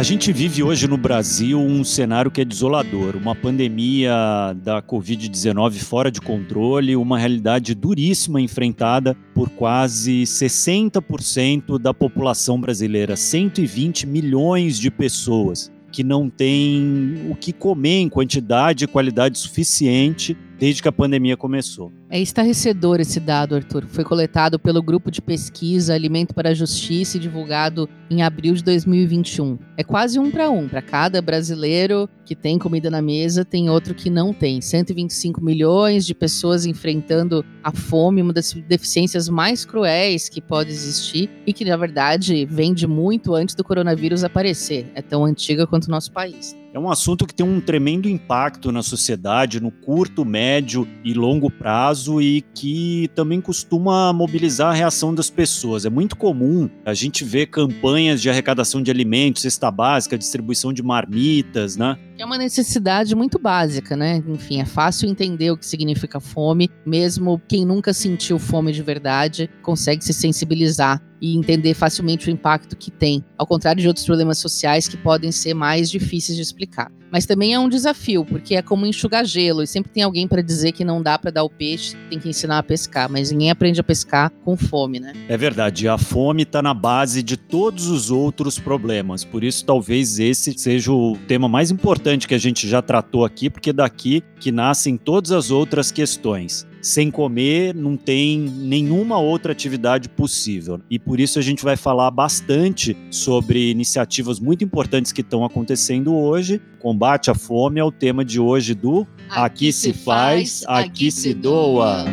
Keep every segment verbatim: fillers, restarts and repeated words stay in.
A gente vive hoje no Brasil um cenário que é desolador, uma pandemia da covid dezenove fora de controle, uma realidade duríssima enfrentada por quase sessenta por cento da população brasileira, cento e vinte milhões de pessoas que não têm o que comer em quantidade e qualidade suficiente desde que a pandemia começou. É estarrecedor esse dado, Arthur. Foi coletado pelo grupo de pesquisa Alimento para a Justiça e divulgado em abril de dois mil e vinte e um. É quase um para um. Para cada brasileiro que tem comida na mesa, tem outro que não tem. cento e vinte e cinco milhões de pessoas enfrentando a fome, uma das deficiências mais cruéis que pode existir e que, na verdade, vem de muito antes do coronavírus aparecer. É tão antiga quanto o nosso país. É um assunto que tem um tremendo impacto na sociedade, no curto, médio e longo prazo e que também costuma mobilizar a reação das pessoas. É muito comum a gente ver campanhas de arrecadação de alimentos, cesta básica, distribuição de marmitas, né? É uma necessidade muito básica, né? Enfim, é fácil entender o que significa fome, mesmo quem nunca sentiu fome de verdade consegue se sensibilizar e entender facilmente o impacto que tem, ao contrário de outros problemas sociais que podem ser mais difíceis de explicar. Mas também é um desafio, porque é como enxugar gelo, e sempre tem alguém para dizer que não dá para dar o peixe, tem que ensinar a pescar, mas ninguém aprende a pescar com fome, né? É verdade, a fome está na base de todos os outros problemas, por isso talvez esse seja o tema mais importante que a gente já tratou aqui, porque é daqui que nascem todas as outras questões. Sem comer, não tem nenhuma outra atividade possível. E por isso a gente vai falar bastante sobre iniciativas muito importantes que estão acontecendo hoje. Combate à fome é o tema de hoje do Aqui, aqui se faz, aqui, aqui se doa.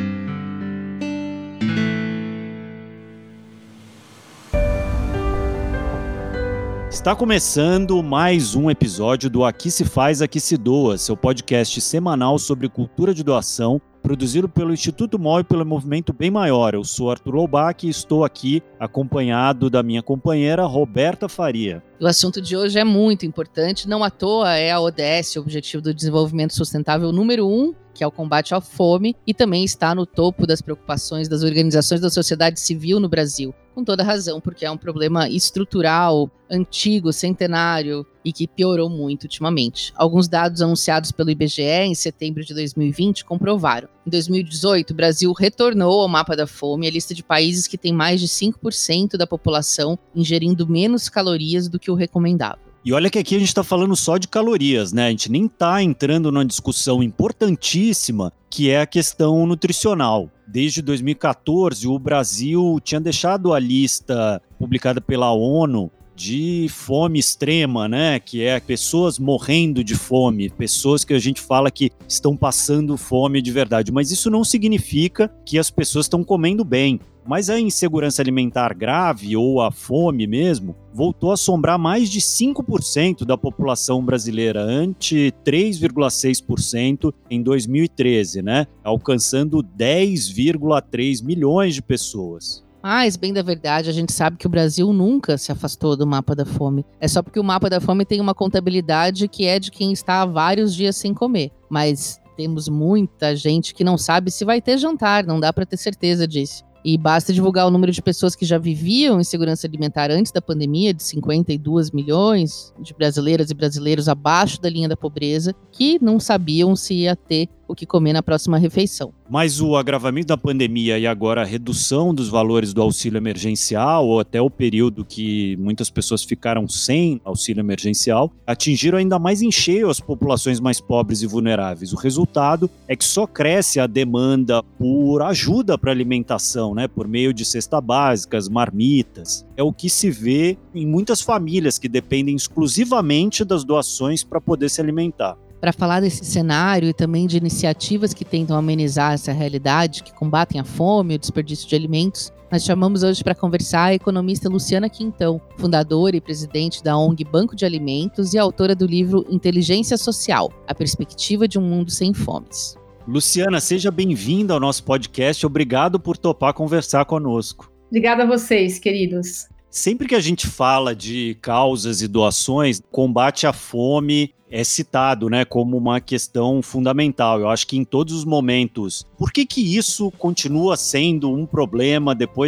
Está começando mais um episódio do Aqui se faz, aqui se doa, seu podcast semanal sobre cultura de doação, produzido pelo Instituto M O e pelo Movimento Bem Maior. Eu sou Arthur Loubach e estou aqui acompanhado da minha companheira Roberta Faria. O assunto de hoje é muito importante, não à toa é a O D S, o Objetivo do Desenvolvimento Sustentável número um, que é o combate à fome, e também está no topo das preocupações das organizações da sociedade civil no Brasil. Com toda razão, porque é um problema estrutural, antigo, centenário e que piorou muito ultimamente. Alguns dados anunciados pelo I B G E em setembro de dois mil e vinte comprovaram. Em dois mil e dezoito, o Brasil retornou ao mapa da fome, a lista de países que tem mais de cinco por cento da população ingerindo menos calorias do que o recomendável. E olha que aqui a gente está falando só de calorias, né? A gente nem está entrando numa discussão importantíssima, que é a questão nutricional. Desde dois mil e catorze, o Brasil tinha deixado a lista publicada pela ONU de fome extrema, né? Que é pessoas morrendo de fome, pessoas que a gente fala que estão passando fome de verdade. Mas isso não significa que as pessoas estão comendo bem. Mas a insegurança alimentar grave, ou a fome mesmo, voltou a assombrar mais de cinco por cento da população brasileira, ante três vírgula seis por cento em dois mil e treze, né? Alcançando dez vírgula três milhões de pessoas. Mas, bem da verdade, a gente sabe que o Brasil nunca se afastou do mapa da fome. É só porque o mapa da fome tem uma contabilidade que é de quem está há vários dias sem comer. Mas temos muita gente que não sabe se vai ter jantar, não dá para ter certeza disso. E basta divulgar o número de pessoas que já viviam em segurança alimentar antes da pandemia, de cinquenta e dois milhões de brasileiras e brasileiros abaixo da linha da pobreza, que não sabiam se ia ter o que comer na próxima refeição. Mas o agravamento da pandemia e agora a redução dos valores do auxílio emergencial, ou até o período que muitas pessoas ficaram sem auxílio emergencial, atingiram ainda mais em cheio as populações mais pobres e vulneráveis. O resultado é que só cresce a demanda por ajuda para alimentação, né, por meio de cesta básicas, marmitas. É o que se vê em muitas famílias que dependem exclusivamente das doações para poder se alimentar. Para falar desse cenário e também de iniciativas que tentam amenizar essa realidade, que combatem a fome e o desperdício de alimentos, nós chamamos hoje para conversar a economista Luciana Quintão, fundadora e presidente da O N G Banco de Alimentos e autora do livro Inteligência Social, a perspectiva de um mundo sem fomes. Luciana, seja bem-vinda ao nosso podcast. Obrigado por topar conversar conosco. Obrigada a vocês, queridos. Sempre que a gente fala de causas e doações, combate à fome é citado, né, como uma questão fundamental. Eu acho que em todos os momentos. Por que que isso continua sendo um problema depois de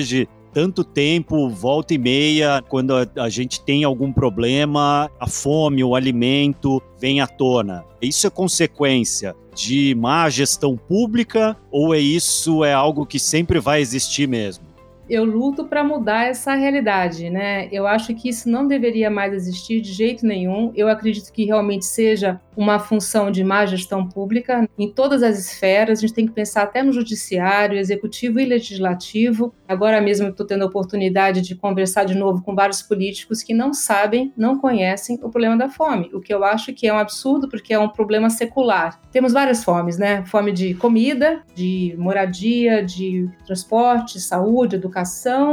tanto tempo, volta e meia, quando a, a gente tem algum problema, a fome, o alimento vem à tona. Isso é consequência de má gestão pública ou é isso é algo que sempre vai existir mesmo? Eu luto para mudar essa realidade, né? Eu acho que isso não deveria mais existir de jeito nenhum. Eu acredito que realmente seja uma função de má gestão pública em todas as esferas. A gente tem que pensar até no judiciário, executivo e legislativo. Agora mesmo eu estou tendo a oportunidade de conversar de novo com vários políticos que não sabem, não conhecem o problema da fome, o que eu acho que é um absurdo porque é um problema secular. Temos várias fomes, né? Fome de comida, de moradia, de transporte, saúde, educação,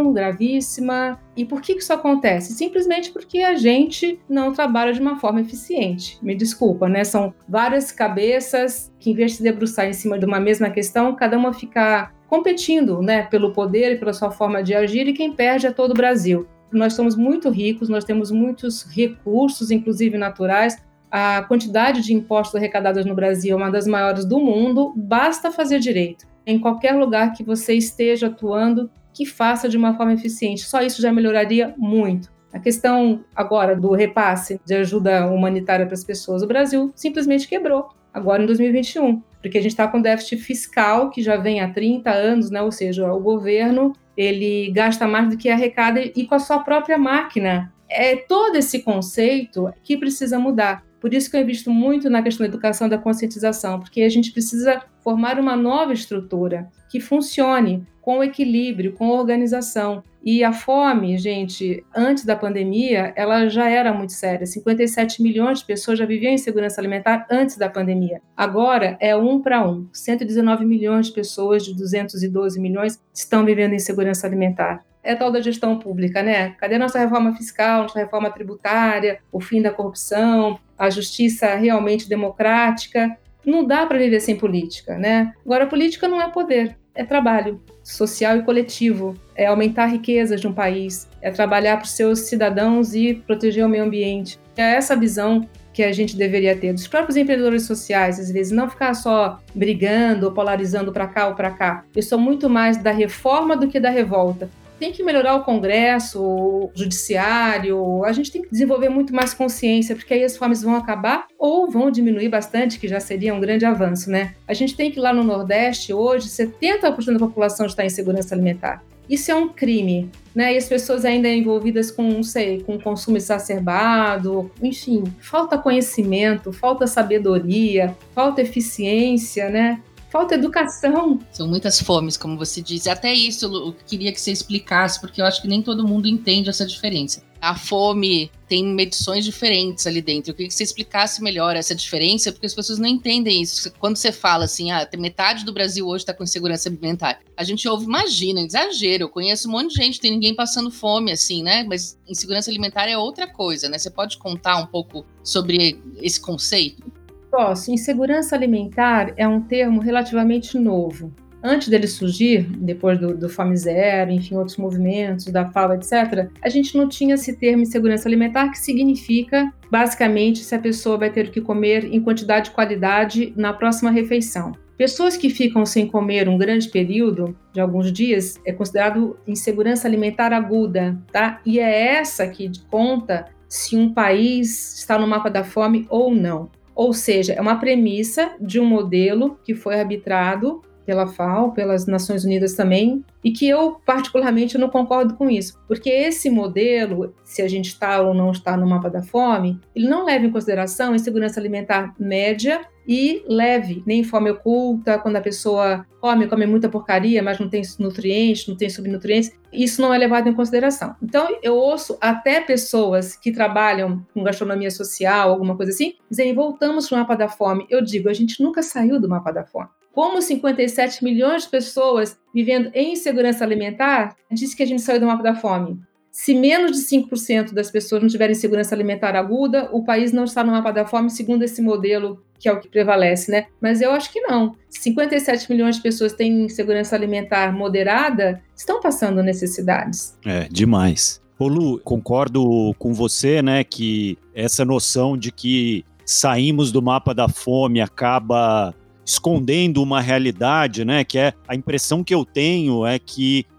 gravíssima. E por que isso acontece? Simplesmente porque a gente não trabalha de uma forma eficiente. Me desculpa, né? São várias cabeças que, em vez de se debruçar em cima de uma mesma questão, cada uma fica competindo, né, pelo poder e pela sua forma de agir, e quem perde é todo o Brasil. Nós somos muito ricos, nós temos muitos recursos, inclusive naturais. A quantidade de impostos arrecadados no Brasil é uma das maiores do mundo. Basta fazer direito. Em qualquer lugar que você esteja atuando, que faça de uma forma eficiente. Só isso já melhoraria muito. A questão agora do repasse de ajuda humanitária para as pessoas, o Brasil simplesmente quebrou, agora em dois mil e vinte e um, porque a gente está com déficit fiscal que já vem há trinta anos, né? Ou seja, o governo ele gasta mais do que arrecada e com a sua própria máquina. É todo esse conceito que precisa mudar. Por isso que eu invisto muito na questão da educação e da conscientização, porque a gente precisa formar uma nova estrutura que funcione com equilíbrio, com organização. E a fome, gente, antes da pandemia, ela já era muito séria. cinquenta e sete milhões de pessoas já viviam em insegurança alimentar antes da pandemia. Agora é um para um. cento e dezenove milhões de pessoas de duzentos e doze milhões estão vivendo em insegurança alimentar. É tal da gestão pública, né? Cadê a nossa reforma fiscal, nossa reforma tributária, o fim da corrupção, a justiça realmente democrática? Não dá para viver sem política, né? Agora, a política não é poder, é trabalho social e coletivo, é aumentar a riqueza de um país, é trabalhar para os seus cidadãos e proteger o meio ambiente. É essa visão que a gente deveria ter dos próprios empreendedores sociais, às vezes, não ficar só brigando ou polarizando para cá ou para cá. Eu sou muito mais da reforma do que da revolta. Tem que melhorar o Congresso, o Judiciário, a gente tem que desenvolver muito mais consciência, porque aí as fomes vão acabar ou vão diminuir bastante, que já seria um grande avanço, né? A gente tem que ir lá no Nordeste, hoje, setenta por cento da população está em segurança alimentar. Isso é um crime, né? E as pessoas ainda envolvidas com, não sei, com consumo exacerbado, enfim, falta conhecimento, falta sabedoria, falta eficiência, né? Falta educação. São muitas fomes, como você disse. Até isso eu queria que você explicasse, porque eu acho que nem todo mundo entende essa diferença. A fome tem medições diferentes ali dentro. Eu queria que você explicasse melhor essa diferença, porque as pessoas não entendem isso. Quando você fala assim, ah, metade do Brasil hoje está com insegurança alimentar, a gente ouve, imagina, exagero. Eu conheço um monte de gente, tem ninguém passando fome, assim, né? Mas insegurança alimentar é outra coisa, né? Você pode contar um pouco sobre esse conceito? Posso. Insegurança alimentar é um termo relativamente novo. Antes dele surgir, depois do, do Fome Zero, enfim, outros movimentos, da FAO, etcétera, a gente não tinha esse termo insegurança alimentar, que significa, basicamente, se a pessoa vai ter que comer em quantidade e qualidade na próxima refeição. Pessoas que ficam sem comer um grande período, de alguns dias, é considerado insegurança alimentar aguda, tá? E é essa que conta se um país está no mapa da fome ou não. Ou seja, é uma premissa de um modelo que foi arbitrado pela FAO, pelas Nações Unidas também, e que eu, particularmente, não concordo com isso. Porque esse modelo, se a gente está ou não está no mapa da fome, ele não leva em consideração a insegurança alimentar média e leve, nem fome oculta, quando a pessoa come, come muita porcaria, mas não tem nutrientes, não tem subnutrientes, isso não é levado em consideração. Então, eu ouço até pessoas que trabalham com gastronomia social, alguma coisa assim, dizem, voltamos para o mapa da fome. Eu digo, a gente nunca saiu do mapa da fome. Como cinquenta e sete milhões de pessoas vivendo em insegurança alimentar, diz que a gente saiu do mapa da fome. Se menos de cinco por cento das pessoas não tiverem segurança alimentar aguda, o país não está no mapa da fome, segundo esse modelo que é o que prevalece, né? Mas eu acho que não. cinquenta e sete milhões de pessoas têm insegurança alimentar moderada, estão passando necessidades. É, demais. Ô Lu, concordo com você, né, que essa noção de que saímos do mapa da fome acaba escondendo uma realidade, né, que é a impressão que eu tenho é que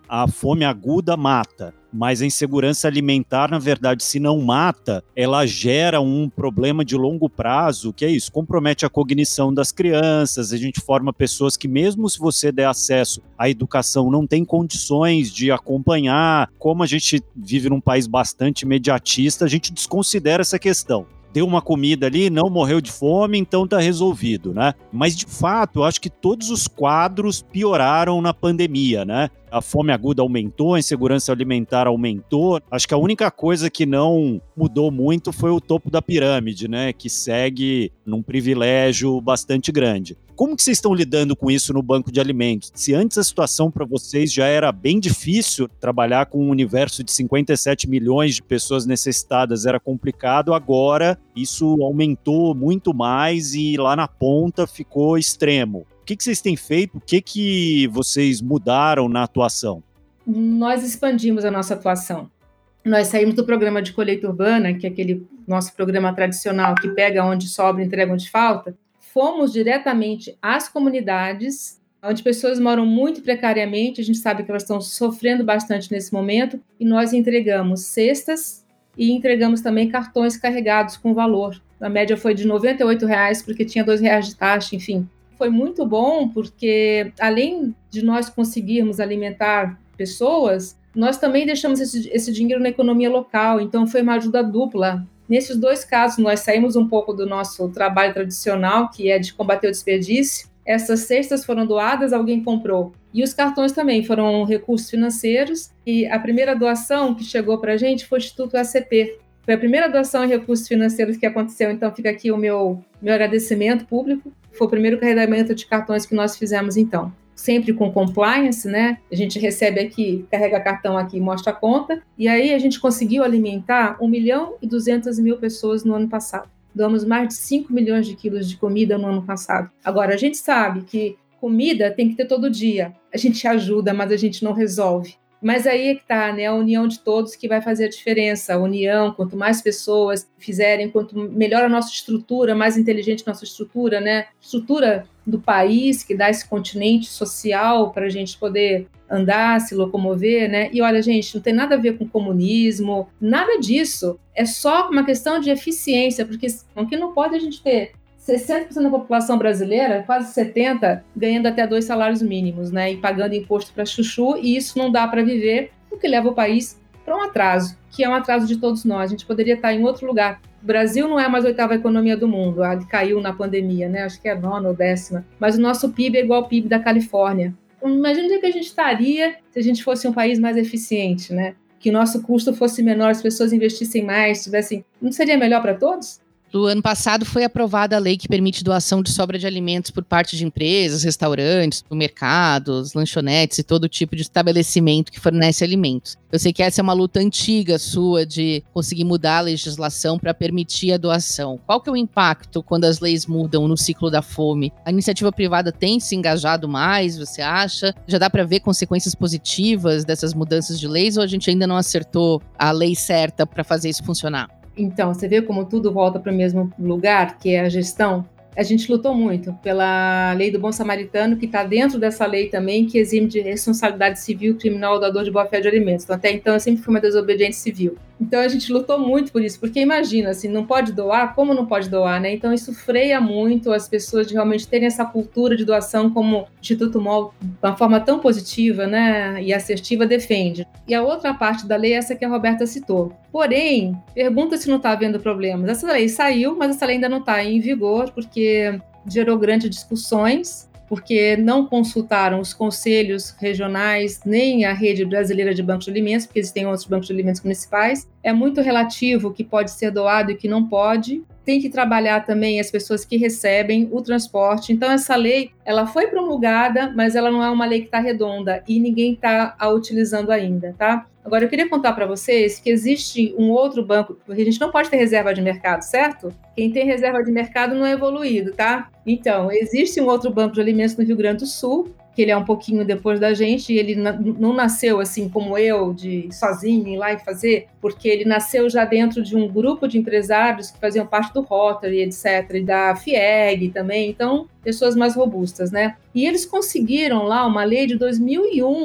a fome aguda mata, mas a insegurança alimentar, na verdade, se não mata, ela gera um problema de longo prazo, que é isso, compromete a cognição das crianças, a gente forma pessoas que mesmo se você der acesso à educação, não tem condições de acompanhar. Como a gente vive num país bastante imediatista, a gente desconsidera essa questão. Deu uma comida ali, não morreu de fome, então tá resolvido, né? Mas, de fato, eu acho que todos os quadros pioraram na pandemia, né? A fome aguda aumentou, a insegurança alimentar aumentou. Acho que a única coisa que não mudou muito foi o topo da pirâmide, né? Que segue num privilégio bastante grande. Como que vocês estão lidando com isso no banco de alimentos? Se antes a situação para vocês já era bem difícil, trabalhar com um universo de cinquenta e sete milhões de pessoas necessitadas era complicado, agora isso aumentou muito mais e lá na ponta ficou extremo. O que que vocês têm feito? O que que vocês mudaram na atuação? Nós expandimos a nossa atuação. Nós saímos do programa de colheita urbana, que é aquele nosso programa tradicional que pega onde sobra e entrega onde falta. Fomos diretamente às comunidades, onde pessoas moram muito precariamente, a gente sabe que elas estão sofrendo bastante nesse momento, e nós entregamos cestas e entregamos também cartões carregados com valor. A média foi de noventa e oito reais, porque tinha dois reais de taxa, enfim. Foi muito bom, porque além de nós conseguirmos alimentar pessoas, nós também deixamos esse, esse dinheiro na economia local, então foi uma ajuda dupla. Nesses dois casos, nós saímos um pouco do nosso trabalho tradicional, que é de combater o desperdício. Essas cestas foram doadas, alguém comprou. E os cartões também foram recursos financeiros. E a primeira doação que chegou para a gente foi o Instituto A C P. Foi a primeira doação em recursos financeiros que aconteceu, então fica aqui o meu, meu agradecimento público. Foi o primeiro carregamento de cartões que nós fizemos, então. Sempre com compliance, né? A gente recebe aqui, carrega cartão aqui, mostra a conta. E aí a gente conseguiu alimentar um milhão e duzentas mil pessoas no ano passado. Doamos mais de cinco milhões de quilos de comida no ano passado. Agora, a gente sabe que comida tem que ter todo dia. A gente ajuda, mas a gente não resolve. Mas aí é que está, né? A união de todos que vai fazer a diferença. A união, quanto mais pessoas fizerem, quanto melhor a nossa estrutura, mais inteligente a nossa estrutura, né? Estrutura do país, que dá esse continente social para a gente poder andar, se locomover, né? E olha, gente, não tem nada a ver com comunismo, nada disso. É só uma questão de eficiência, porque o que não pode a gente ter sessenta por cento da população brasileira, quase setenta por cento, ganhando até dois salários mínimos, né? E pagando imposto para chuchu, e isso não dá para viver, o que leva o país para um atraso, que é um atraso de todos nós. A gente poderia estar em outro lugar. O Brasil não é mais a oitava economia do mundo, ele caiu na pandemia, né? Acho que é a nona ou décima. Mas o nosso P I B é igual ao P I B da Califórnia. Imagina onde é que a gente estaria se a gente fosse um país mais eficiente, né? Que o nosso custo fosse menor, as pessoas investissem mais, tivessem... Não seria melhor para todos? No ano passado foi aprovada a lei que permite doação de sobra de alimentos por parte de empresas, restaurantes, supermercados, lanchonetes e todo tipo de estabelecimento que fornece alimentos. Eu sei que essa é uma luta antiga sua de conseguir mudar a legislação para permitir a doação. Qual que é o impacto quando as leis mudam no ciclo da fome? A iniciativa privada tem se engajado mais, você acha? Já dá para ver consequências positivas dessas mudanças de leis ou a gente ainda não acertou a lei certa para fazer isso funcionar? Então, você vê como tudo volta para o mesmo lugar, que é a gestão? A gente lutou muito pela lei do bom samaritano, que está dentro dessa lei também, que exime de responsabilidade civil criminal o doador de boa-fé de alimentos. Então, até então, eu sempre fui uma desobediente civil. Então, a gente lutou muito por isso, porque imagina, assim, não pode doar? Como não pode doar, né? Então, isso freia muito as pessoas de realmente terem essa cultura de doação como o Instituto M O L, de uma forma tão positiva, né, e assertiva, defende. E a outra parte da lei é essa que a Roberta citou. Porém, pergunta se não está havendo problemas. Essa lei saiu, mas essa lei ainda não está em vigor, porque gerou grandes discussões, porque não consultaram os conselhos regionais, nem a rede brasileira de bancos de alimentos, porque existem outros bancos de alimentos municipais. É muito relativo o que pode ser doado e o que não pode. Tem que trabalhar também as pessoas que recebem o transporte. Então, essa lei, ela foi promulgada, mas ela não é uma lei que está redonda e ninguém está a utilizando ainda, tá? Agora, eu queria contar para vocês que existe um outro banco, porque a gente não pode ter reserva de mercado, certo? Quem tem reserva de mercado não é evoluído, tá? Então, existe um outro banco de alimentos no Rio Grande do Sul, que ele é um pouquinho depois da gente, e ele não nasceu assim como eu, de sozinho ir lá e fazer, porque ele nasceu já dentro de um grupo de empresários que faziam parte do Rotary, etcétera, e da FIEG também, então, pessoas mais robustas, né? E eles conseguiram lá uma lei de dois mil e um,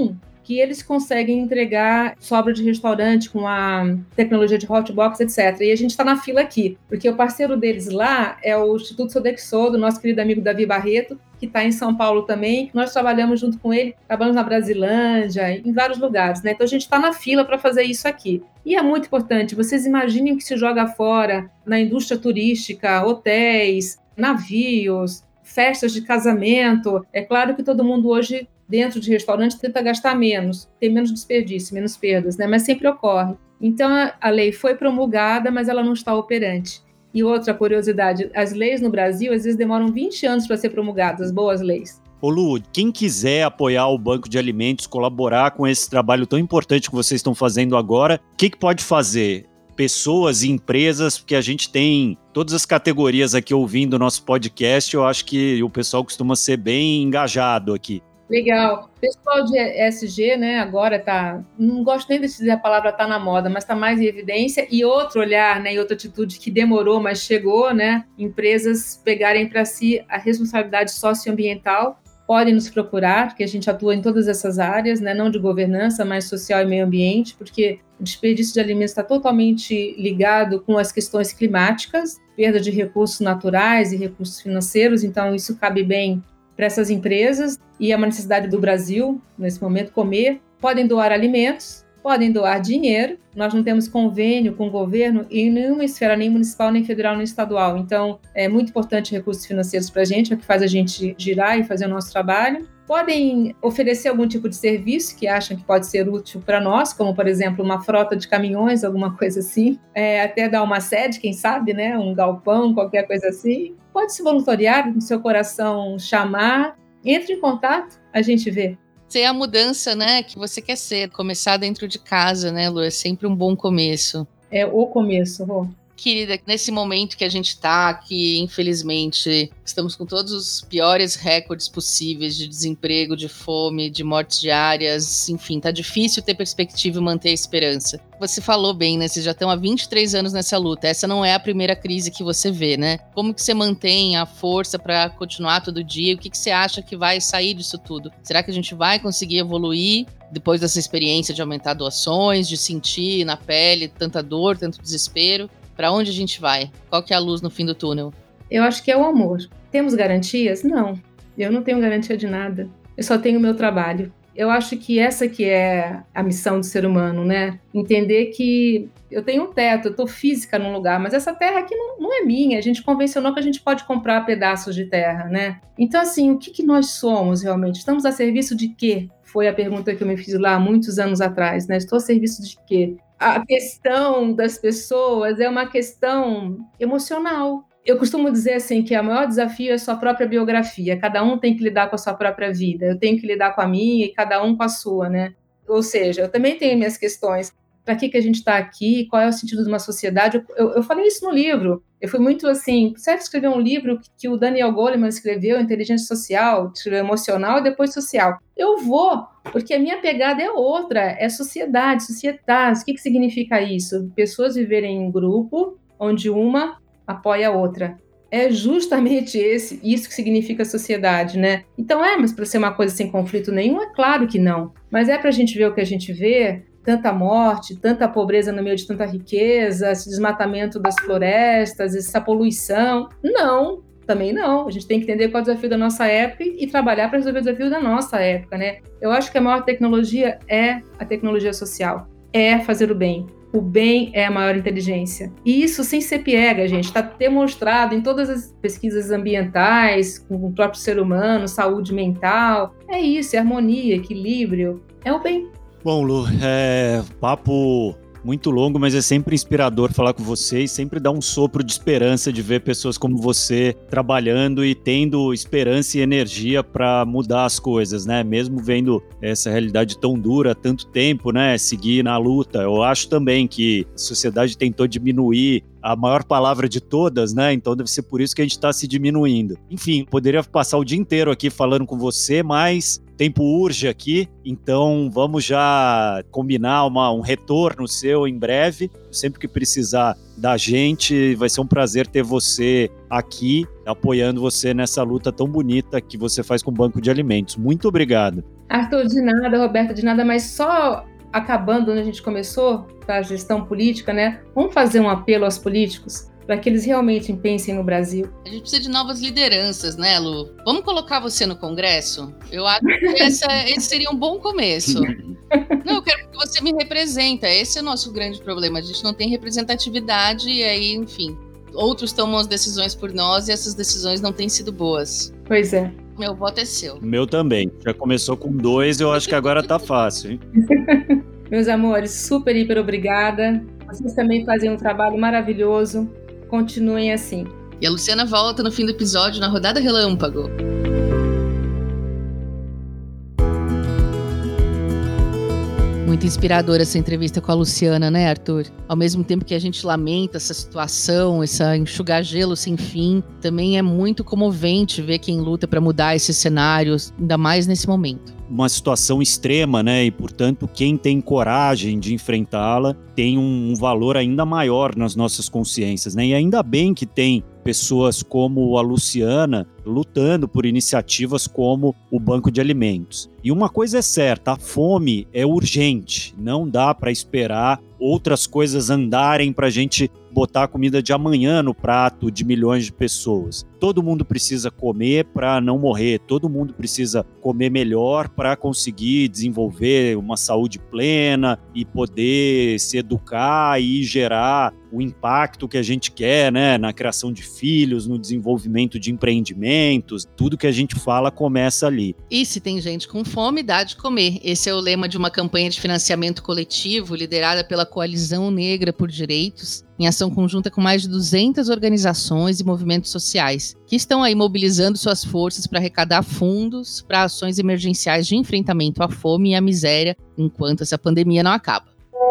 que eles conseguem entregar sobra de restaurante com a tecnologia de hotbox, etcétera. E a gente está na fila aqui, porque o parceiro deles lá é o Instituto Sodexo, do nosso querido amigo Davi Barreto, que está em São Paulo também. Nós trabalhamos junto com ele, trabalhamos na Brasilândia, em vários lugares, né? Então a gente está na fila para fazer isso aqui. E é muito importante, vocês imaginem o que se joga fora na indústria turística, hotéis, navios, festas de casamento. É claro que todo mundo hoje, dentro de restaurante, tenta gastar menos, tem menos desperdício, menos perdas, né? Mas sempre ocorre. Então a lei foi promulgada, mas ela não está operante. E outra curiosidade, as leis no Brasil, às vezes demoram vinte anos para ser promulgadas, boas leis. Ô Lu, quem quiser apoiar o Banco de Alimentos, colaborar com esse trabalho tão importante que vocês estão fazendo agora, o que, que pode fazer? Pessoas e empresas, porque a gente tem todas as categorias aqui ouvindo o nosso podcast, eu acho que o pessoal costuma ser bem engajado aqui. Legal. O pessoal de E S G, né, agora tá, não gosto nem de dizer a palavra tá na moda, mas tá mais em evidência, e outro olhar, né, e outra atitude que demorou, mas chegou, né, empresas pegarem para si a responsabilidade socioambiental, podem nos procurar, porque a gente atua em todas essas áreas, né, não de governança, mas social e meio ambiente, porque o desperdício de alimentos está totalmente ligado com as questões climáticas, perda de recursos naturais e recursos financeiros, então isso cabe bem para essas empresas, e é uma necessidade do Brasil, nesse momento, comer. Podem doar alimentos, podem doar dinheiro. Nós não temos convênio com o governo em nenhuma esfera, nem municipal, nem federal, nem estadual. Então, é muito importante recursos financeiros para a gente, é o que faz a gente girar e fazer o nosso trabalho. Podem oferecer algum tipo de serviço que acham que pode ser útil para nós, como, por exemplo, uma frota de caminhões, alguma coisa assim. É, até dar uma sede, quem sabe, né? Um galpão, qualquer coisa assim. Pode se voluntariar, no seu coração chamar. Entre em contato, a gente vê. Ser a mudança, né, que você quer ser. Começar dentro de casa, né, Lu? É sempre um bom começo. É o começo, Rô. Querida, nesse momento que a gente está, que infelizmente estamos com todos os piores recordes possíveis de desemprego, de fome, de mortes diárias, enfim, tá difícil ter perspectiva e manter a esperança. Você falou bem, né? Vocês já estão há vinte e três anos nessa luta. Essa não é a primeira crise que você vê, né? Como que você mantém a força para continuar todo dia? O que, que você acha que vai sair disso tudo? Será que a gente vai conseguir evoluir depois dessa experiência de aumentar doações, de sentir na pele tanta dor, tanto desespero? Para onde a gente vai? Qual que é a luz no fim do túnel? Eu acho que é o amor. Temos garantias? Não. Eu não tenho garantia de nada. Eu só tenho o meu trabalho. Eu acho que essa que é a missão do ser humano, né? Entender que eu tenho um teto, eu estou física num lugar, mas essa terra aqui não, não é minha. A gente convencionou que a gente pode comprar pedaços de terra, né? Então, assim, o que, que nós somos realmente? Estamos a serviço de quê? Foi a pergunta que eu me fiz lá há muitos anos atrás, né? Estou a serviço de quê? A questão das pessoas é uma questão emocional. Eu costumo dizer assim que o maior desafio é a sua própria biografia. Cada um tem que lidar com a sua própria vida. Eu tenho que lidar com a minha e cada um com a sua, né? Ou seja, eu também tenho minhas questões. Para que, que a gente está aqui? Qual é o sentido de uma sociedade? Eu, eu, eu falei isso no livro. Eu fui muito assim... Você escreveu um livro que o Daniel Goleman escreveu, Inteligência Social, escreveu Emocional e depois Social. Eu vou, porque a minha pegada é outra. É sociedade, sociedade. O que, que significa isso? Pessoas viverem em grupo, onde uma apoia a outra. É justamente esse, isso que significa sociedade, né? Então é, mas para ser uma coisa sem conflito nenhum, é claro que não. Mas é para a gente ver o que a gente vê... Tanta morte, tanta pobreza no meio de tanta riqueza, esse desmatamento das florestas, essa poluição. Não, também não. A gente tem que entender qual é o desafio da nossa época e trabalhar para resolver o desafio da nossa época, né? Eu acho que a maior tecnologia é a tecnologia social, é fazer o bem. O bem é a maior inteligência. E isso sem ser piega, gente. Está demonstrado em todas as pesquisas ambientais, com o próprio ser humano, saúde mental. É isso, é harmonia, equilíbrio, é o bem. Bom, Lu, é papo muito longo, mas é sempre inspirador falar com vocês, sempre dá um sopro de esperança de ver pessoas como você trabalhando e tendo esperança e energia para mudar as coisas, né? Mesmo vendo essa realidade tão dura há tanto tempo, né? Seguir na luta. Eu acho também que a sociedade tentou diminuir a maior palavra de todas, né? Então deve ser por isso que a gente está se diminuindo. Enfim, poderia passar o dia inteiro aqui falando com você, mas tempo urge aqui, então vamos já combinar uma, um retorno seu em breve. Sempre que precisar da gente, vai ser um prazer ter você aqui, apoiando você nessa luta tão bonita que você faz com o Banco de Alimentos. Muito obrigado. Arthur, de nada, Roberta, de nada, mas só acabando onde a gente começou, para a gestão política, né? Vamos fazer um apelo aos políticos para que eles realmente pensem no Brasil. A gente precisa de novas lideranças, né, Lu? Vamos colocar você no Congresso? Eu acho que essa, esse seria um bom começo. Não, eu quero que você me representa. Esse é o nosso grande problema. A gente não tem representatividade e aí, enfim, outros tomam as decisões por nós e essas decisões não têm sido boas. Pois é. Meu voto é seu. Meu também. Já começou com dois, eu acho que agora tá fácil, hein? Meus amores, super, hiper obrigada. Vocês também fazem um trabalho maravilhoso. Continuem assim. E a Luciana volta no fim do episódio na rodada relâmpago. Muito inspiradora essa entrevista com a Luciana, né, Arthur? Ao mesmo tempo que a gente lamenta essa situação, essa enxugar gelo sem fim, também é muito comovente ver quem luta para mudar esses cenários, ainda mais nesse momento. Uma situação extrema, né? E, portanto, quem tem coragem de enfrentá-la tem um, um valor ainda maior nas nossas consciências, né? E ainda bem que tem pessoas como a Luciana lutando por iniciativas como o Banco de Alimentos. E uma coisa é certa, a fome é urgente, não dá para esperar outras coisas andarem para a gente botar a comida de amanhã no prato de milhões de pessoas. Todo mundo precisa comer para não morrer, todo mundo precisa comer melhor para conseguir desenvolver uma saúde plena e poder se educar e gerar o impacto que a gente quer, né, na criação de filhos, no desenvolvimento de empreendimentos, tudo que a gente fala começa ali. E se tem gente com fome, dá de comer. Esse é o lema de uma campanha de financiamento coletivo liderada pela Coalizão Negra por Direitos, em ação conjunta com mais de duzentas organizações e movimentos sociais, que estão aí mobilizando suas forças para arrecadar fundos para ações emergenciais de enfrentamento à fome e à miséria, enquanto essa pandemia não acaba.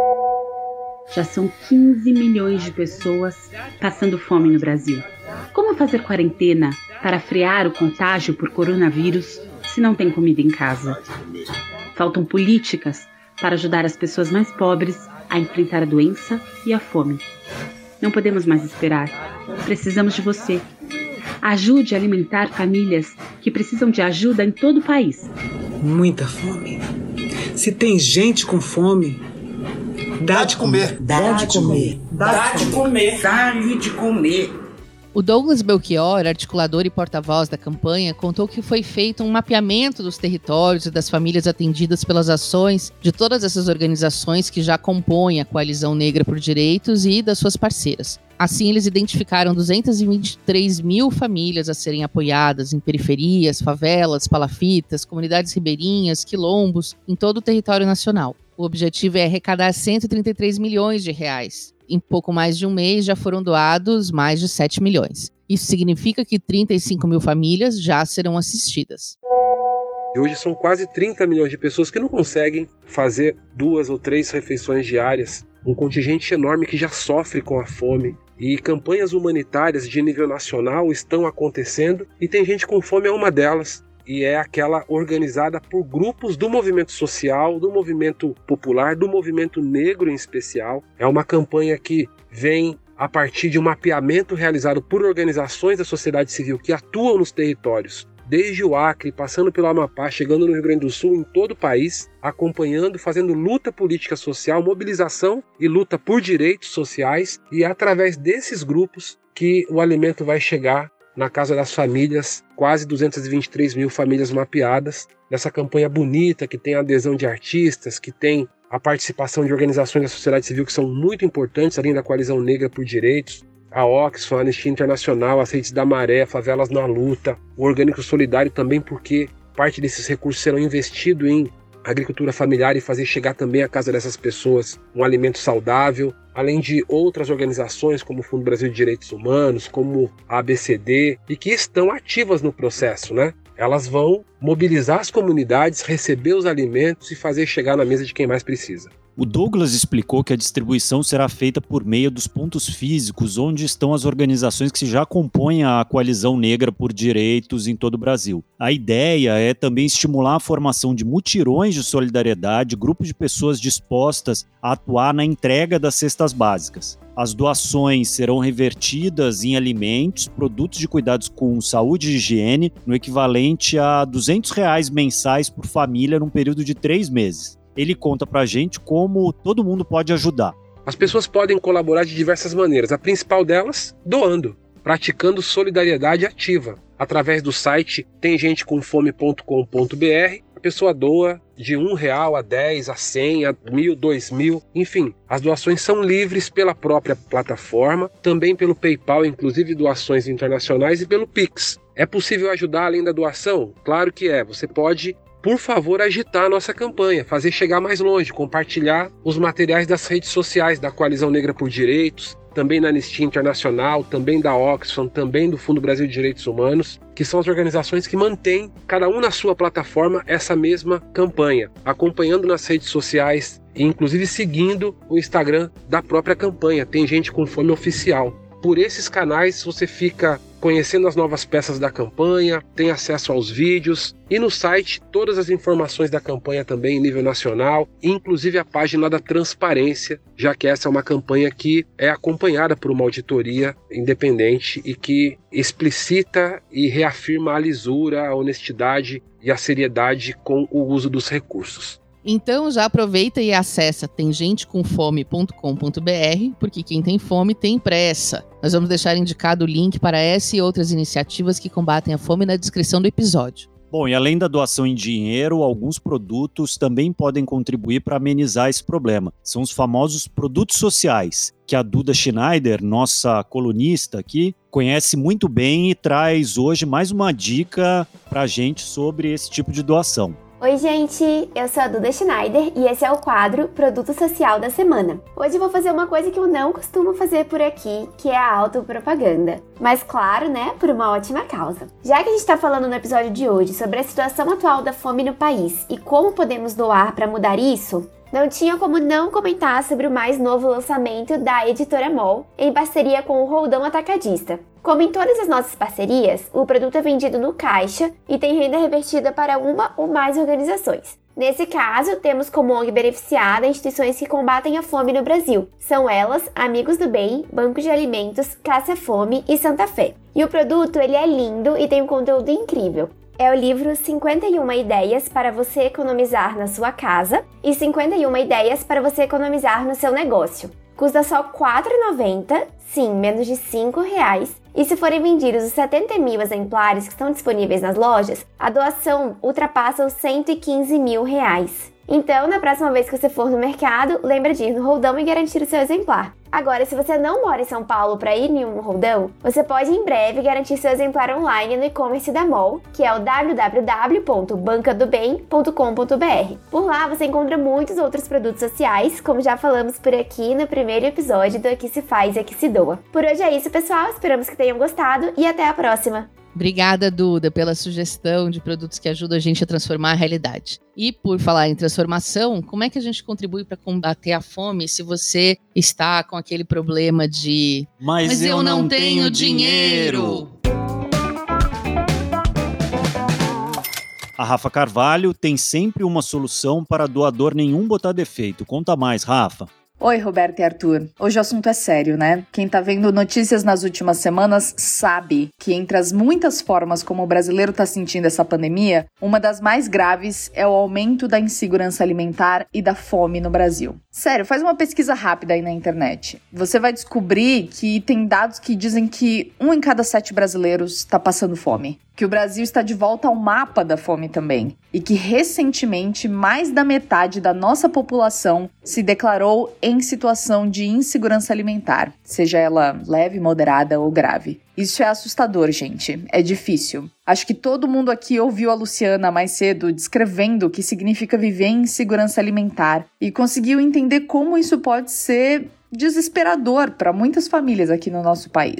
Já são quinze milhões de pessoas passando fome no Brasil. Como fazer quarentena para frear o contágio por coronavírus se não tem comida em casa? Faltam políticas para ajudar as pessoas mais pobres a enfrentar a doença e a fome. Não podemos mais esperar. Precisamos de você. Ajude a alimentar famílias que precisam de ajuda em todo o país. Muita fome. Se tem gente com fome, dá de comer. Dá de comer. Dá de comer. Dá-lhe de comer. O Douglas Belchior, articulador e porta-voz da campanha, contou que foi feito um mapeamento dos territórios e das famílias atendidas pelas ações de todas essas organizações que já compõem a Coalizão Negra por Direitos e das suas parceiras. Assim, eles identificaram duzentas e vinte e três mil famílias a serem apoiadas em periferias, favelas, palafitas, comunidades ribeirinhas, quilombos, em todo o território nacional. O objetivo é arrecadar cento e trinta e três milhões de reais. Em pouco mais de um mês já foram doados mais de sete milhões. Isso significa que trinta e cinco mil famílias já serão assistidas. E hoje são quase trinta milhões de pessoas que não conseguem fazer duas ou três refeições diárias. Um contingente enorme que já sofre com a fome. E campanhas humanitárias de nível nacional estão acontecendo e tem gente com fome, é uma delas. E é aquela organizada por grupos do movimento social, do movimento popular, do movimento negro em especial. É uma campanha que vem a partir de um mapeamento realizado por organizações da sociedade civil que atuam nos territórios, desde o Acre, passando pelo Amapá, chegando no Rio Grande do Sul, em todo o país, acompanhando, fazendo luta política social, mobilização e luta por direitos sociais. E é através desses grupos que o alimento vai chegar na casa das famílias, quase duzentas e vinte e três mil famílias mapeadas, nessa campanha bonita que tem a adesão de artistas, que tem a participação de organizações da sociedade civil que são muito importantes, além da Coalizão Negra por Direitos, a Oxfam, a Anistia Internacional, as Redes da Maré, Favelas na Luta, o Orgânico Solidário também, porque parte desses recursos serão investidos em agricultura familiar e fazer chegar também à casa dessas pessoas um alimento saudável, além de outras organizações como o Fundo Brasil de Direitos Humanos, como a A B C D, e que estão ativas no processo, né? Elas vão mobilizar as comunidades, receber os alimentos e fazer chegar na mesa de quem mais precisa. O Douglas explicou que a distribuição será feita por meio dos pontos físicos, onde estão as organizações que já compõem a Coalizão Negra por Direitos em todo o Brasil. A ideia é também estimular a formação de mutirões de solidariedade, grupos de pessoas dispostas a atuar na entrega das cestas básicas. As doações serão revertidas em alimentos, produtos de cuidados com saúde e higiene, no equivalente a duzentos reais mensais por família num período de três meses. Ele conta pra gente como todo mundo pode ajudar. As pessoas podem colaborar de diversas maneiras. A principal delas, doando, praticando solidariedade ativa. Através do site tem gente com fome ponto com ponto b r, a pessoa doa de um real a dez, a cem, a mil, dois mil, enfim. As doações são livres pela própria plataforma, também pelo PayPal, inclusive doações internacionais, e pelo Pix. É possível ajudar além da doação? Claro que é. Você pode, por favor, agitar a nossa campanha, fazer chegar mais longe, compartilhar os materiais das redes sociais da Coalizão Negra por Direitos, também da Anistia Internacional, também da Oxfam, também do Fundo Brasil de Direitos Humanos, que são as organizações que mantêm, cada um na sua plataforma, essa mesma campanha, acompanhando nas redes sociais e inclusive seguindo o Instagram da própria campanha. Tem gente com fome oficial. Por esses canais você fica conhecendo as novas peças da campanha, tem acesso aos vídeos e no site todas as informações da campanha também em nível nacional, inclusive a página da transparência, já que essa é uma campanha que é acompanhada por uma auditoria independente e que explicita e reafirma a lisura, a honestidade e a seriedade com o uso dos recursos. Então já aproveita e acessa tem gente com fome ponto com ponto b r, porque quem tem fome tem pressa. Nós vamos deixar indicado o link para essa e outras iniciativas que combatem a fome na descrição do episódio. Bom, e além da doação em dinheiro, alguns produtos também podem contribuir para amenizar esse problema. São os famosos produtos sociais, que a Duda Schneider, nossa colunista aqui, conhece muito bem e traz hoje mais uma dica para a gente sobre esse tipo de doação. Oi gente, eu sou a Duda Schneider e esse é o quadro Produto Social da Semana. Hoje eu vou fazer uma coisa que eu não costumo fazer por aqui, que é a autopropaganda. Mas claro, né, por uma ótima causa. Já que a gente está falando no episódio de hoje sobre a situação atual da fome no país e como podemos doar para mudar isso, não tinha como não comentar sobre o mais novo lançamento da Editora Mol, em parceria com o Roldão Atacadista. Como em todas as nossas parcerias, o produto é vendido no caixa e tem renda revertida para uma ou mais organizações. Nesse caso, temos como O N G beneficiada instituições que combatem a fome no Brasil. São elas Amigos do Bem, Banco de Alimentos, Caça Fome e Santa Fé. E o produto ele é lindo e tem um conteúdo incrível. É o livro cinquenta e uma ideias para você economizar na sua casa e cinquenta e uma ideias para você economizar no seu negócio. Custa só quatro reais e noventa centavos, sim, menos de cinco reais. E se forem vendidos os setenta mil exemplares que estão disponíveis nas lojas, a doação ultrapassa os cento e quinze mil reais. Então, na próxima vez que você for no mercado, lembra de ir no Roldão e garantir o seu exemplar. Agora, se você não mora em São Paulo para ir em um Roldão, você pode em breve garantir seu exemplar online no e-commerce da Mol, que é o w w w ponto banca do bem ponto com ponto b r. Por lá você encontra muitos outros produtos sociais, como já falamos por aqui no primeiro episódio do Aqui Se Faz e Aqui Se Doa. Por hoje é isso, pessoal. Esperamos que tenham gostado e até a próxima! Obrigada, Duda, pela sugestão de produtos que ajudam a gente a transformar a realidade. E por falar em transformação, como é que a gente contribui para combater a fome se você está com aquele problema de Mas, Mas eu, eu não tenho, tenho dinheiro. dinheiro? A Rafa Carvalho tem sempre uma solução para doador nenhum botar defeito. Conta mais, Rafa. Oi, Roberto e Arthur. Hoje o assunto é sério, né? Quem tá vendo notícias nas últimas semanas sabe que entre as muitas formas como o brasileiro tá sentindo essa pandemia, uma das mais graves é o aumento da insegurança alimentar e da fome no Brasil. Sério, faz uma pesquisa rápida aí na internet. Você vai descobrir que tem dados que dizem que um em cada sete brasileiros está passando fome. Que o Brasil está de volta ao mapa da fome também. E que recentemente mais da metade da nossa população se declarou em situação de insegurança alimentar, seja ela leve, moderada ou grave. Isso é assustador, gente. É difícil. Acho que todo mundo aqui ouviu a Luciana mais cedo descrevendo o que significa viver em insegurança alimentar e conseguiu entender como isso pode ser desesperador para muitas famílias aqui no nosso país.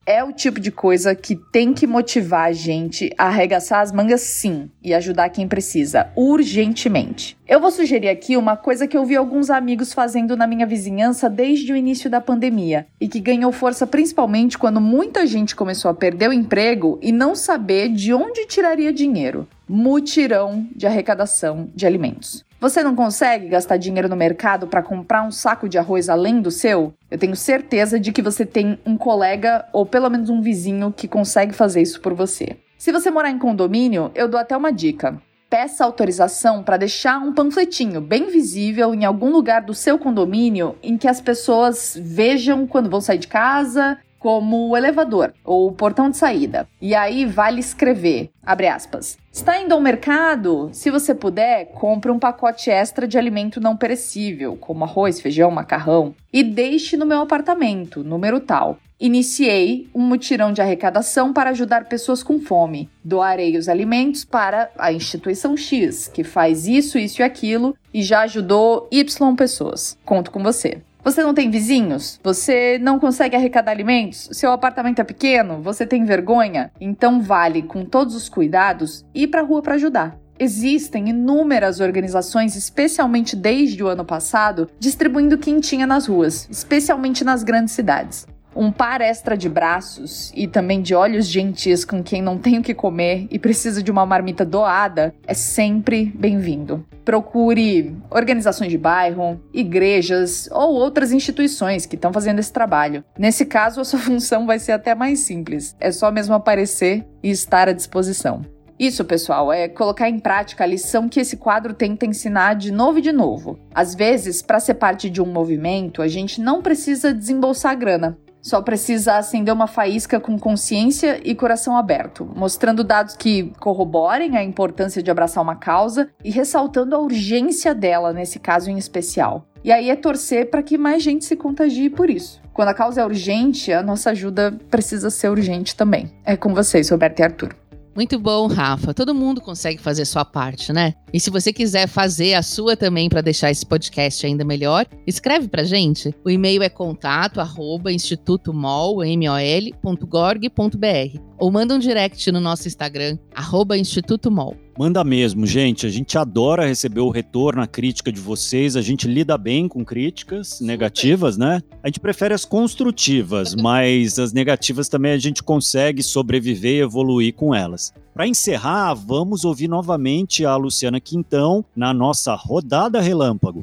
é o tipo de coisa que tem que motivar a gente a arregaçar as mangas sim e ajudar quem precisa, urgentemente. Eu vou sugerir aqui uma coisa que eu vi alguns amigos fazendo na minha vizinhança desde o início da pandemia e que ganhou força principalmente quando muita gente começou a perder o emprego e não saber de onde tiraria dinheiro. Mutirão de arrecadação de alimentos. Você não consegue gastar dinheiro no mercado para comprar um saco de arroz além do seu? Eu tenho certeza de que você tem um colega ou pelo menos um vizinho que consegue fazer isso por você. Se você morar em condomínio, eu dou até uma dica. Peça autorização para deixar um panfletinho bem visível em algum lugar do seu condomínio em que as pessoas vejam quando vão sair de casa, como o elevador ou o portão de saída. E aí vale escrever, abre aspas, está indo ao mercado? Se você puder, compre um pacote extra de alimento não perecível, como arroz, feijão, macarrão, e deixe no meu apartamento, número tal. Iniciei um mutirão de arrecadação para ajudar pessoas com fome. Doarei os alimentos para a instituição X, que faz isso, isso e aquilo, e já ajudou Y pessoas. Conto com você. Você não tem vizinhos? Você não consegue arrecadar alimentos? Seu apartamento é pequeno? Você tem vergonha? Então vale, com todos os cuidados, ir para a rua para ajudar. Existem inúmeras organizações, especialmente desde o ano passado, distribuindo quentinha nas ruas, especialmente nas grandes cidades. Um par extra de braços e também de olhos gentis com quem não tem o que comer e precisa de uma marmita doada é sempre bem-vindo. Procure organizações de bairro, igrejas ou outras instituições que estão fazendo esse trabalho. Nesse caso, a sua função vai ser até mais simples. É só mesmo aparecer e estar à disposição. Isso, pessoal, é colocar em prática a lição que esse quadro tenta ensinar de novo e de novo. Às vezes, para ser parte de um movimento, a gente não precisa desembolsar grana. Só precisa acender uma faísca com consciência e coração aberto, mostrando dados que corroborem a importância de abraçar uma causa e ressaltando a urgência dela, nesse caso em especial. E aí é torcer para que mais gente se contagie por isso. Quando a causa é urgente, a nossa ajuda precisa ser urgente também. É com vocês, Roberta e Arthur. Muito bom, Rafa. Todo mundo consegue fazer sua parte, né? E se você quiser fazer a sua também para deixar esse podcast ainda melhor, escreve pra gente. O e-mail é contato arroba instituto mol ponto gorg ponto br ou manda um direct no nosso Instagram, arroba Instituto Mol. Manda mesmo, gente. A gente adora receber o retorno, a crítica de vocês. A gente lida bem com críticas Super. negativas, né? A gente prefere as construtivas, mas as negativas também a gente consegue sobreviver e evoluir com elas. Para encerrar, vamos ouvir novamente a Luciana Quintão na nossa Rodada Relâmpago.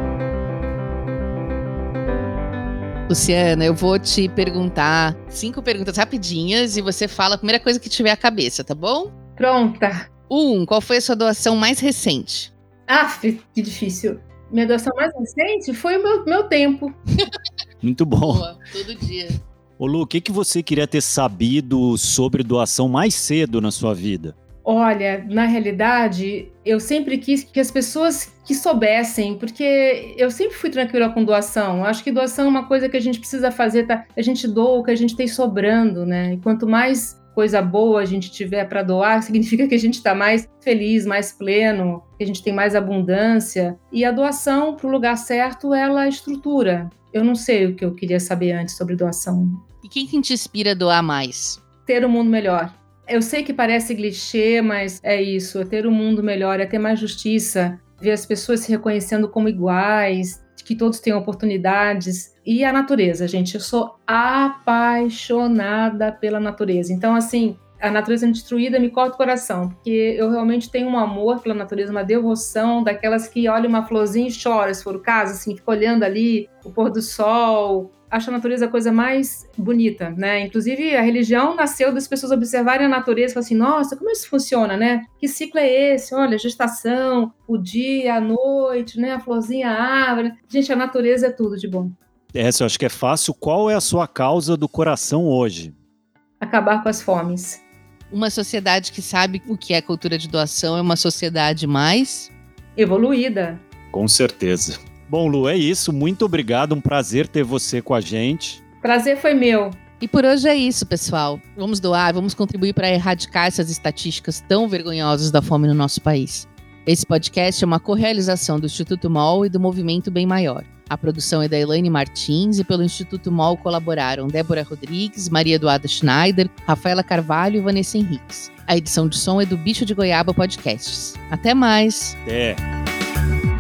Luciana, eu vou te perguntar cinco perguntas rapidinhas e você fala a primeira coisa que tiver à cabeça, tá bom? Pronta. Um, qual foi a sua doação mais recente? Aff, que difícil. Minha doação mais recente foi o meu, meu tempo. Muito bom. Boa, todo dia. Ô Lu, o que, que você queria ter sabido sobre doação mais cedo na sua vida? Olha, na realidade, eu sempre quis que as pessoas que soubessem, porque eu sempre fui tranquila com doação. Acho que doação é uma coisa que a gente precisa fazer, tá? A gente doa o que a gente tem sobrando, né? E quanto mais coisa boa a gente tiver para doar, significa que a gente está mais feliz, mais pleno, que a gente tem mais abundância. E a doação para o lugar certo, ela estrutura. Eu não sei o que eu queria saber antes sobre doação. E quem que te inspira a doar mais? Ter um mundo melhor. Eu sei que parece clichê, mas é isso, é ter um mundo melhor, é ter mais justiça, ver as pessoas se reconhecendo como iguais, que todos tenham oportunidades. E a natureza, gente, eu sou apaixonada pela natureza. Então, assim, a natureza destruída me corta o coração, porque eu realmente tenho um amor pela natureza, uma devoção daquelas que olham uma florzinha e choram, se for o caso, assim, fica olhando ali o pôr do sol. Acho a natureza a coisa mais bonita, né? Inclusive, a religião nasceu das pessoas observarem a natureza e falarem assim, nossa, como isso funciona, né? Que ciclo é esse? Olha, a gestação, o dia, a noite, né? A florzinha, a árvore. Gente, a natureza é tudo de bom. Essa eu acho que é fácil. Qual é a sua causa do coração hoje? Acabar com as fomes. Uma sociedade que sabe o que é cultura de doação é uma sociedade mais... evoluída. Com certeza. Bom, Lu, é isso. Muito obrigado. Um prazer ter você com a gente. Prazer foi meu. E por hoje é isso, pessoal. Vamos doar, vamos contribuir para erradicar essas estatísticas tão vergonhosas da fome no nosso país. Esse podcast é uma correalização do Instituto Mol e do Movimento Bem Maior. A produção é da Elaine Martins e pelo Instituto M O L colaboraram Débora Rodrigues, Maria Eduarda Schneider, Rafaela Carvalho e Vanessa Henriques. A edição de som é do Bicho de Goiaba Podcasts. Até mais! Até!